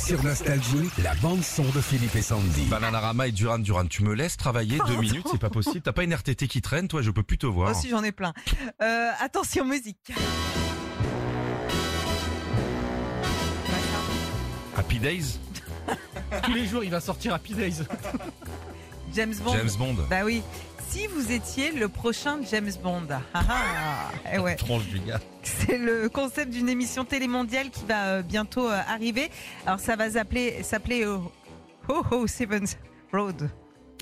Sur Nostalgie, la bande-son de Philippe et Sandy. Bananarama et Duran Duran, tu me laisses travailler 2 minutes, c'est pas possible. T'as pas une RTT qui traîne, toi, je peux plus te voir. Moi aussi j'en ai plein. Attention musique. Happy Days, Tous les jours, il va sortir Happy Days. James Bond. James Bond. Bah oui. Si vous étiez le prochain James Bond. Eh ouais. Tranche du gars. C'est le concept d'une émission télé mondiale qui va bientôt arriver. Alors ça va s'appeler Ho Seventh Road.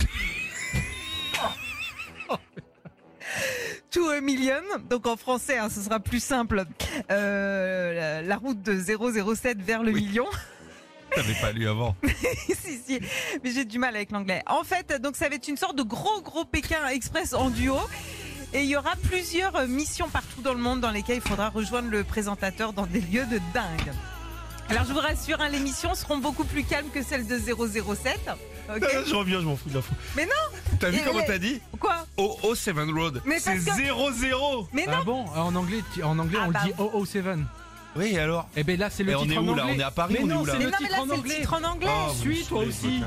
To a million, donc en français, ce sera plus simple. La route de 007 vers le million. T'avais pas lu avant. si, mais j'ai du mal avec l'anglais. En fait, donc ça va être une sorte de gros Pékin Express en duo. Et il y aura plusieurs missions partout dans le monde dans lesquelles il faudra rejoindre le présentateur dans des lieux de dingue. Alors je vous rassure, les missions seront beaucoup plus calmes que celles de 007. Okay. Je reviens, je m'en fous de l'info. Mais non. T'as vu comment t'as dit? Quoi? OO Seven Road. Mais c'est parce que- 0-0. Mais non. Ah bon? En anglais, on bah le dit 007. Oui, alors? Eh ben là, c'est le Et on titre est en où, là? anglais. On est à Paris, mais on est non, où, là? c'est Mais le non, mais titre là en c'est le anglais. titre en anglais. Suis toi aussi.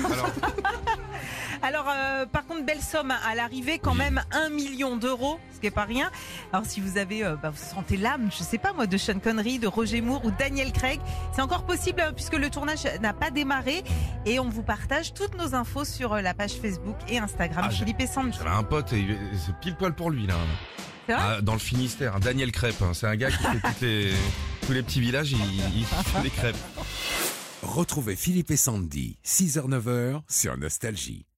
Alors, par contre, belle somme à l'arrivée, quand même 1 million d'euros, ce qui est pas rien. Alors, si vous avez, vous sentez l'âme, je sais pas moi, de Sean Connery, de Roger Moore ou Daniel Craig, c'est encore possible puisque le tournage n'a pas démarré et on vous partage toutes nos infos sur la page Facebook et Instagram Ah, Philippe et Sandy. J'avais un pote, et c'est pile poil pour lui, là. C'est vrai Dans le Finistère, Daniel Crêpe. C'est un gars qui fait tous les petits villages, il fait des crêpes. Retrouvez Philippe et Sandy, 6h-9h sur Nostalgie.